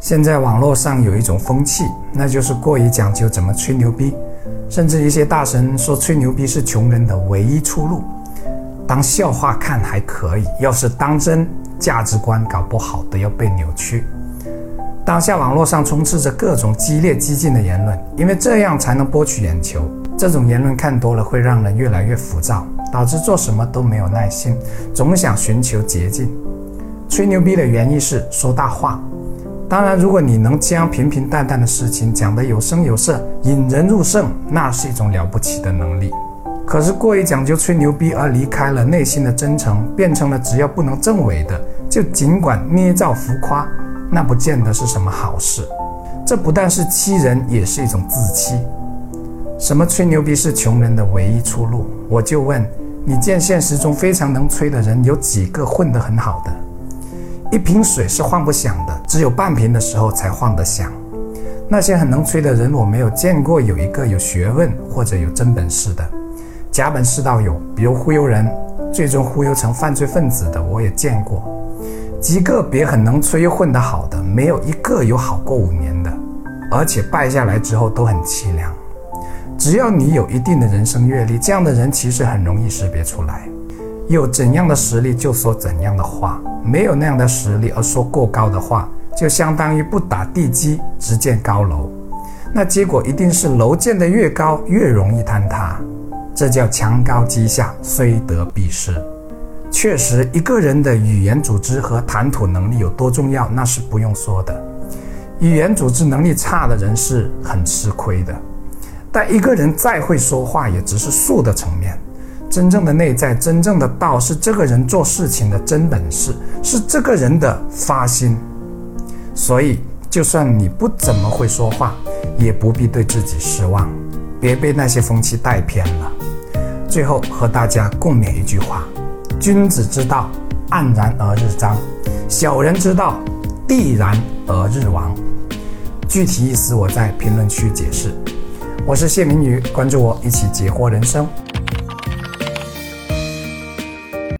现在网络上有一种风气，那就是过于讲究怎么吹牛逼，甚至一些大神说吹牛逼是穷人的唯一出路。当笑话看还可以，要是当真，价值观搞不好都要被扭曲。当下网络上充斥着各种激烈激进的言论，因为这样才能博取眼球。这种言论看多了会让人越来越浮躁，导致做什么都没有耐心，总想寻求捷径。吹牛逼的原意是说大话，当然如果你能将平平淡淡的事情讲得有声有色，引人入胜，那是一种了不起的能力。可是过于讲究吹牛逼而离开了内心的真诚，变成了只要不能证伪的就尽管捏造浮夸，那不见得是什么好事。这不但是欺人，也是一种自欺。什么吹牛逼是穷人的唯一出路？我就问你，见现实中非常能吹的人有几个混得很好的？一瓶水是晃不响的，只有半瓶的时候才晃得响。那些很能吹的人，我没有见过有一个有学问或者有真本事的。假本事倒有，比如忽悠人，最终忽悠成犯罪分子的我也见过。极个别很能吹又混得好的，没有一个有好过5年的，而且败下来之后都很凄凉。只要你有一定的人生阅历，这样的人其实很容易识别出来。有怎样的实力就说怎样的话，没有那样的实力而说过高的话，就相当于不打地基直建高楼，那结果一定是楼建得越高越容易坍塌。这叫墙高机下，虽得必失。确实，一个人的语言组织和谈吐能力有多重要，那是不用说的。语言组织能力差的人是很吃亏的。但一个人再会说话，也只是术的层面。真正的内在，真正的道，是这个人做事情的真本事，是这个人的发心。所以，就算你不怎么会说话，也不必对自己失望，别被那些风气带偏了。最后和大家共勉一句话：君子之道，黯然而日章；小人之道，地然而日亡。具体意思我在评论区解释。我是谢明宇，关注我，一起解惑人生。